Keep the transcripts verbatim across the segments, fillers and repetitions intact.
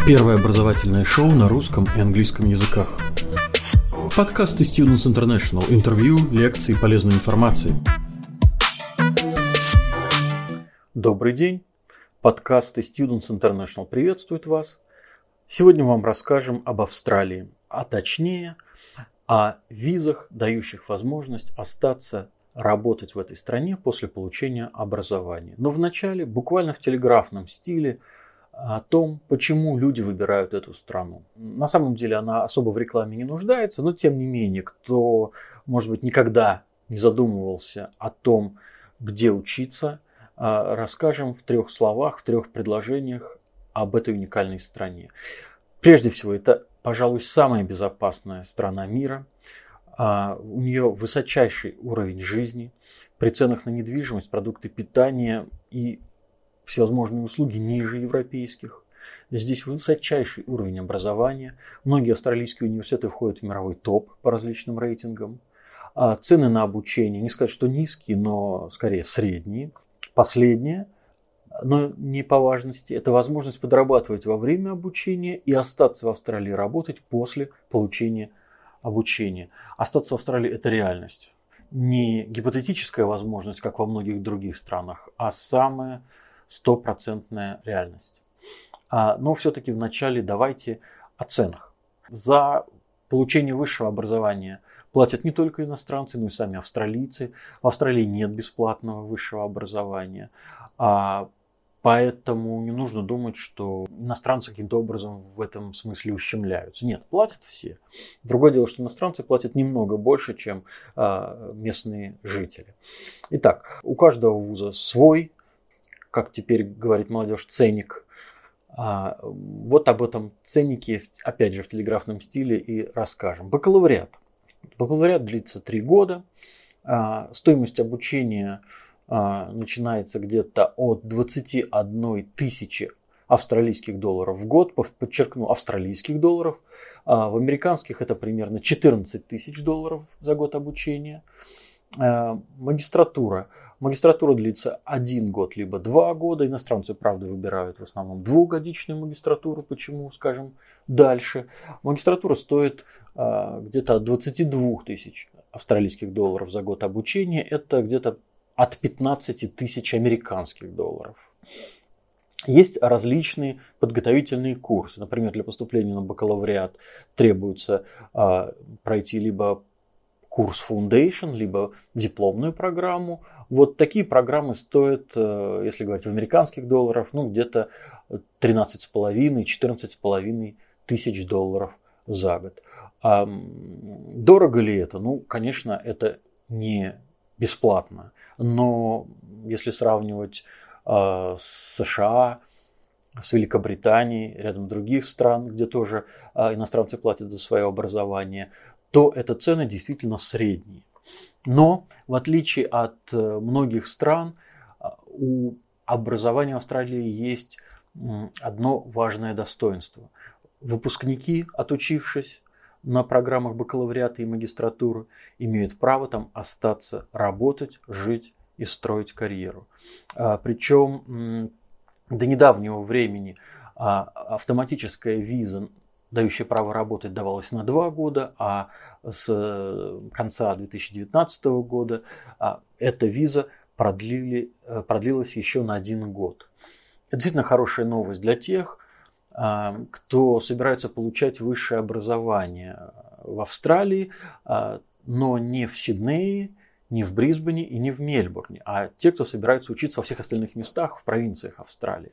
Первое образовательное шоу на русском и английском языках. Подкасты Students International. Интервью, лекции, полезной информации. Добрый день. Подкасты Students International приветствуют вас. Сегодня мы вам расскажем об Австралии, а точнее о визах, дающих возможность остаться работать в этой стране после получения образования. Но вначале, буквально в телеграфном стиле, о том, почему люди выбирают эту страну. На самом деле она особо в рекламе не нуждается, но тем не менее, кто, может быть, никогда не задумывался о том, где учиться, расскажем в трех словах, в трех предложениях об этой уникальной стране. Прежде всего, это, пожалуй, самая безопасная страна мира. У нее высочайший уровень жизни. При ценах на недвижимость, продукты питания и всевозможные услуги ниже европейских. Здесь высочайший уровень образования. Многие австралийские университеты входят в мировой топ по различным рейтингам. А цены на обучение, не сказать, что низкие, но скорее средние. Последнее, но не по важности, это возможность подрабатывать во время обучения и остаться в Австралии работать после получения обучения. Остаться в Австралии – это реальность. Не гипотетическая возможность, как во многих других странах, а самая стопроцентная реальность. Но все-таки вначале давайте о ценах. За получение высшего образования платят не только иностранцы, но и сами австралийцы. В Австралии нет бесплатного высшего образования. Поэтому не нужно думать, что иностранцы каким-то образом в этом смысле ущемляются. Нет, платят все. Другое дело, что иностранцы платят немного больше, чем местные жители. Итак, у каждого вуза свой, как теперь говорит молодежь, ценник. Вот об этом ценнике, опять же, в телеграфном стиле и расскажем. Бакалавриат. Бакалавриат длится три года. Стоимость обучения начинается где-то от двадцати одной тысячи австралийских долларов в год. Подчеркну, австралийских долларов. В американских это примерно четырнадцать тысяч долларов за год обучения. Магистратура. Магистратура длится один год, либо два года. Иностранцы, правда, выбирают в основном двухгодичную магистратуру. Почему, скажем, дальше. Магистратура стоит а, где-то от двадцати двух тысяч австралийских долларов за год обучения. Это где-то от пятнадцати тысяч американских долларов. Есть различные подготовительные курсы. Например, для поступления на бакалавриат требуется а, пройти либо курс Foundation, либо дипломную программу. Вот такие программы стоят, если говорить в американских долларах, ну где-то тринадцать с половиной - четырнадцать с половиной тысяч долларов за год. А дорого ли это? Ну, конечно, это не бесплатно. Но если сравнивать э, с США, с Великобританией, рядом других стран, где тоже э, иностранцы платят за свое образование, то это цены действительно средние. Но в отличие от многих стран, у образования в Австралии есть одно важное достоинство. Выпускники, отучившись на программах бакалавриата и магистратуры, имеют право там остаться, работать, жить и строить карьеру. Причем до недавнего времени автоматическая виза, дающая право работать, давалась на два года, а с конца две тысячи девятнадцатого года эта виза продлили, продлилась еще на один год. Это действительно хорошая новость для тех, кто собирается получать высшее образование в Австралии, но не в Сиднее, не в Брисбене и не в Мельбурне, а те, кто собирается учиться во всех остальных местах в провинциях Австралии.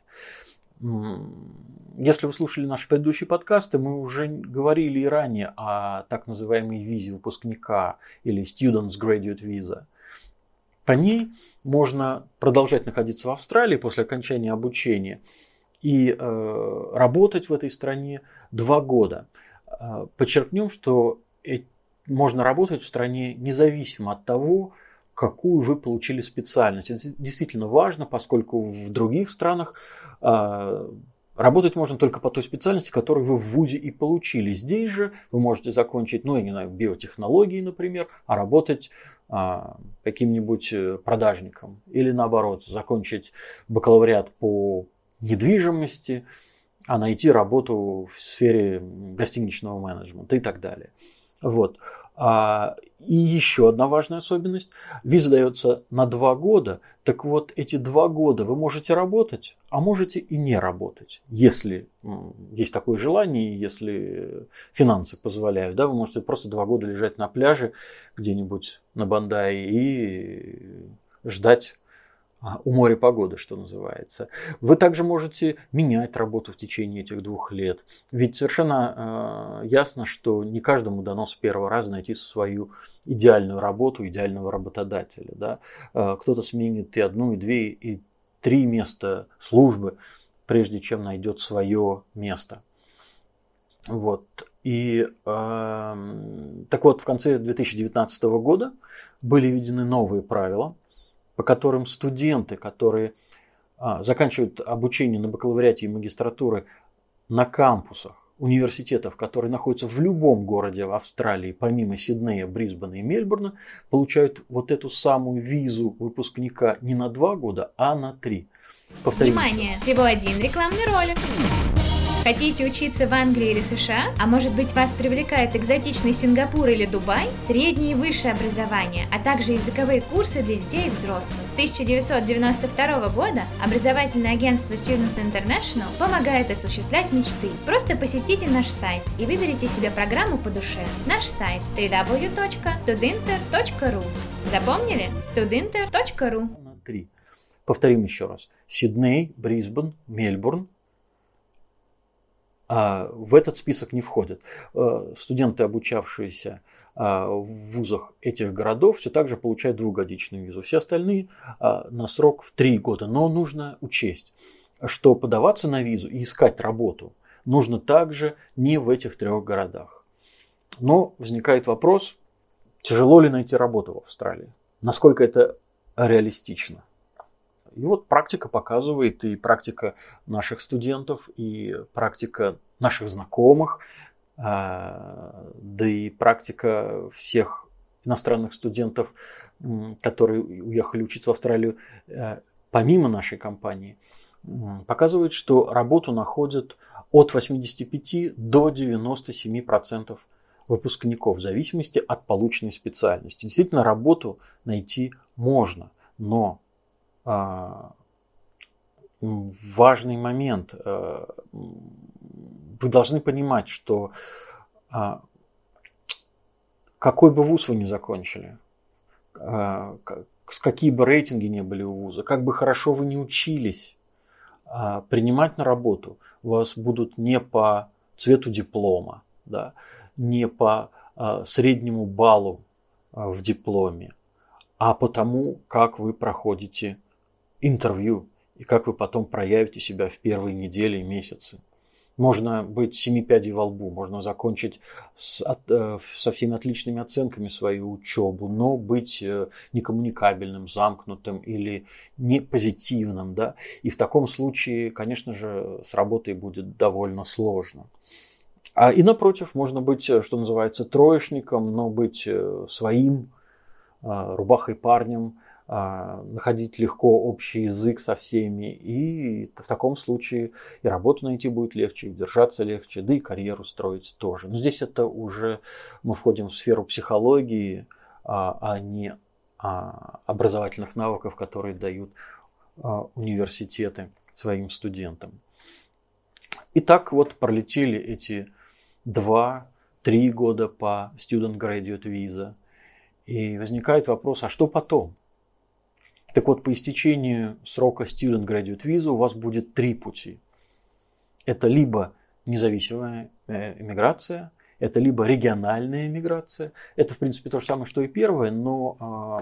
Если вы слушали наши предыдущие подкасты, мы уже говорили и ранее о так называемой визе выпускника или Students Graduate Visa. По ней можно продолжать находиться в Австралии после окончания обучения и э, работать в этой стране два года. Подчеркнем, что можно работать в стране независимо от того, какую вы получили специальность. Это действительно важно, поскольку в других странах э, работать можно только по той специальности, которую вы в вузе и получили. Здесь же вы можете закончить, ну, я не знаю, биотехнологии, например, а работать э, каким-нибудь продажником. Или наоборот, закончить бакалавриат по недвижимости, а найти работу в сфере гостиничного менеджмента и так далее. Вот. И еще одна важная особенность. Виза дается на два года. Так вот, эти два года вы можете работать, а можете и не работать. Если есть такое желание, если финансы позволяют. Да, вы можете просто два года лежать на пляже где-нибудь на Бандае и ждать у моря погоды, что называется. Вы также можете менять работу в течение этих двух лет. Ведь совершенно э, ясно, что не каждому дано с первого раза найти свою идеальную работу, идеального работодателя. Да? Э, кто-то сменит и одну, и две, и три места службы, прежде чем найдет свое место. Вот. И э, так вот, в конце две тысячи девятнадцатого года были введены новые правила, по которым студенты, которые а, заканчивают обучение на бакалавриате и магистратуре на кампусах университетов, которые находятся в любом городе в Австралии, помимо Сиднея, Брисбена и Мельбурна, получают вот эту самую визу выпускника не на два года, а на три. Повторим. Внимание! Всего один рекламный ролик. Хотите учиться в Англии или США? А может быть, вас привлекает экзотичный Сингапур или Дубай? Среднее и высшее образование, а также языковые курсы для детей и взрослых. С тысяча девятьсот девяносто второго года образовательное агентство Students International помогает осуществлять мечты. Просто посетите наш сайт и выберите себе программу по душе. Наш сайт дабл ю дабл ю дабл ю точка studinter точка ру. Запомнили? studinter точка ру. Три. Повторим еще раз. Сидней, Брисбен, Мельбурн. В этот список не входят. Студенты, обучавшиеся в вузах этих городов, все так же получают двухгодичную визу. Все остальные на срок в три года. Но нужно учесть, что подаваться на визу и искать работу нужно также не в этих трех городах. Но возникает вопрос, тяжело ли найти работу в Австралии? Насколько это реалистично? И вот практика показывает, и практика наших студентов, и практика наших знакомых, да и практика всех иностранных студентов, которые уехали учиться в Австралию помимо нашей компании, показывает, что работу находят от восьмидесяти пяти до девяноста семи процентов выпускников в зависимости от полученной специальности. Действительно, работу найти можно, но важный момент. Вы должны понимать, что какой бы вуз вы ни закончили, с какие бы рейтинги не были у вуза, как бы хорошо вы ни учились, принимать на работу вас будут не по цвету диплома, да, не по среднему баллу в дипломе, а по тому, как вы проходите интервью и как вы потом проявите себя в первые недели и месяцы. Можно быть семи пядей во лбу, можно закончить с, от, со всеми отличными оценками свою учебу, но быть некоммуникабельным, замкнутым или не позитивным. Да? И в таком случае, конечно же, с работой будет довольно сложно. А и напротив, можно быть, что называется, троечником, но быть своим, рубахой парнем, находить легко общий язык со всеми, и в таком случае и работу найти будет легче, и удержаться легче, да и карьеру строить тоже. Но здесь это уже мы входим в сферу психологии, а не образовательных навыков, которые дают университеты своим студентам. Итак, вот пролетели эти два-три года по Student Graduate Visa, и возникает вопрос, а что потом? Так вот, по истечению срока Student Graduate Visa у вас будет три пути. Это либо независимая иммиграция, это либо региональная иммиграция. Это, в принципе, то же самое, что и первое, но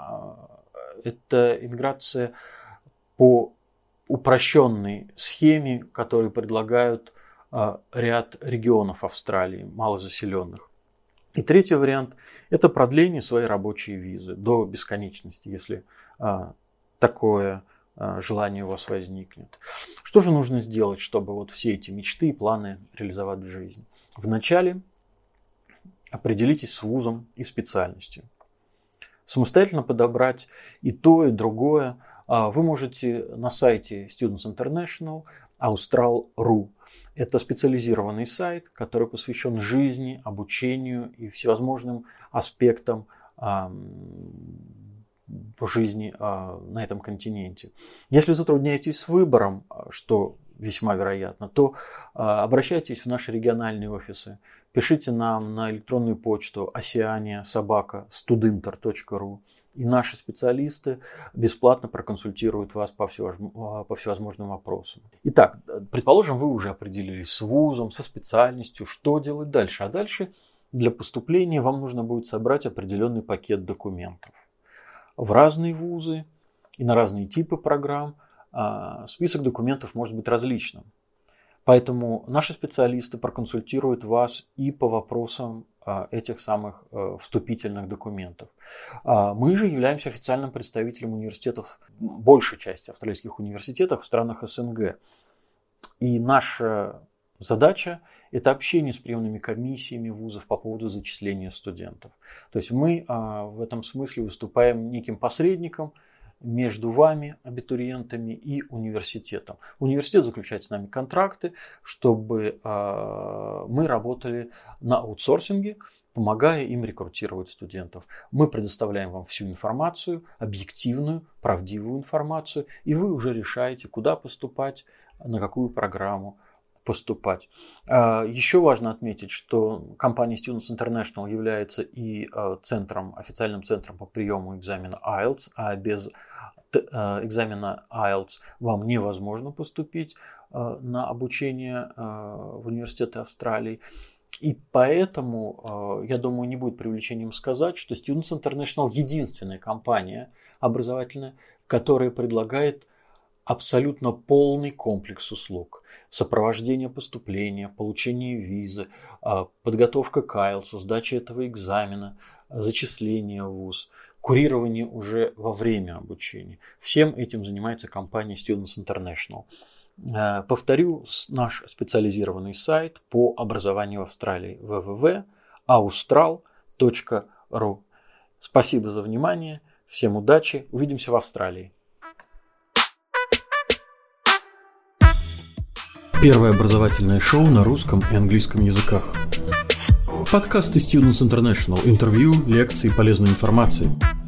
э, это иммиграция по упрощенной схеме, которую предлагают э, ряд регионов Австралии, малозаселенных. И третий вариант – это продление своей рабочей визы до бесконечности, если а, такое а, желание у вас возникнет. Что же нужно сделать, чтобы вот все эти мечты и планы реализовать в жизни? Вначале определитесь с вузом и специальностью. Самостоятельно подобрать и то, и другое вы можете на сайте Students International Austral точка ру. Это специализированный сайт, который посвящен жизни, обучению и всевозможным аспектам э, жизни э, на этом континенте. Если затрудняетесь с выбором, что весьма вероятно, то э, обращайтесь в наши региональные офисы. Пишите нам на электронную почту осиания собака студинтер точка ру, и наши специалисты бесплатно проконсультируют вас по всевозможным вопросам. Итак, предположим, вы уже определились с вузом, со специальностью, что делать дальше. А дальше для поступления вам нужно будет собрать определенный пакет документов. В разные вузы и на разные типы программ список документов может быть различным. Поэтому наши специалисты проконсультируют вас и по вопросам этих самых вступительных документов. Мы же являемся официальным представителем университетов, большей части австралийских университетов в странах эс эн гэ. И наша задача – это общение с приемными комиссиями вузов по поводу зачисления студентов. То есть мы в этом смысле выступаем неким посредником между вами, абитуриентами, и университетом. Университет заключает с нами контракты, чтобы э, мы работали на аутсорсинге, помогая им рекрутировать студентов. Мы предоставляем вам всю информацию, объективную, правдивую информацию, и вы уже решаете, куда поступать, на какую программу поступать. Еще важно отметить, что компания Students International является и центром, официальным центром по приему экзамена ай эл ти эс, а без экзамена ай эл ти эс вам невозможно поступить на обучение в университеты Австралии. И поэтому, я думаю, не будет преувеличением сказать, что Students International единственная компания образовательная, которая предлагает абсолютно полный комплекс услуг. Сопровождение поступления, получение визы, подготовка к ай эл ти эс, сдача этого экзамена, зачисление в вуз, курирование уже во время обучения. Всем этим занимается компания Students International. Повторю, наш специализированный сайт по образованию в Австралии дабл ю дабл ю дабл ю точка аустрал точка ру. Спасибо за внимание, всем удачи, увидимся в Австралии. Первое образовательное шоу на русском и английском языках. Подкасты Students International. Интервью, лекции, полезной информации.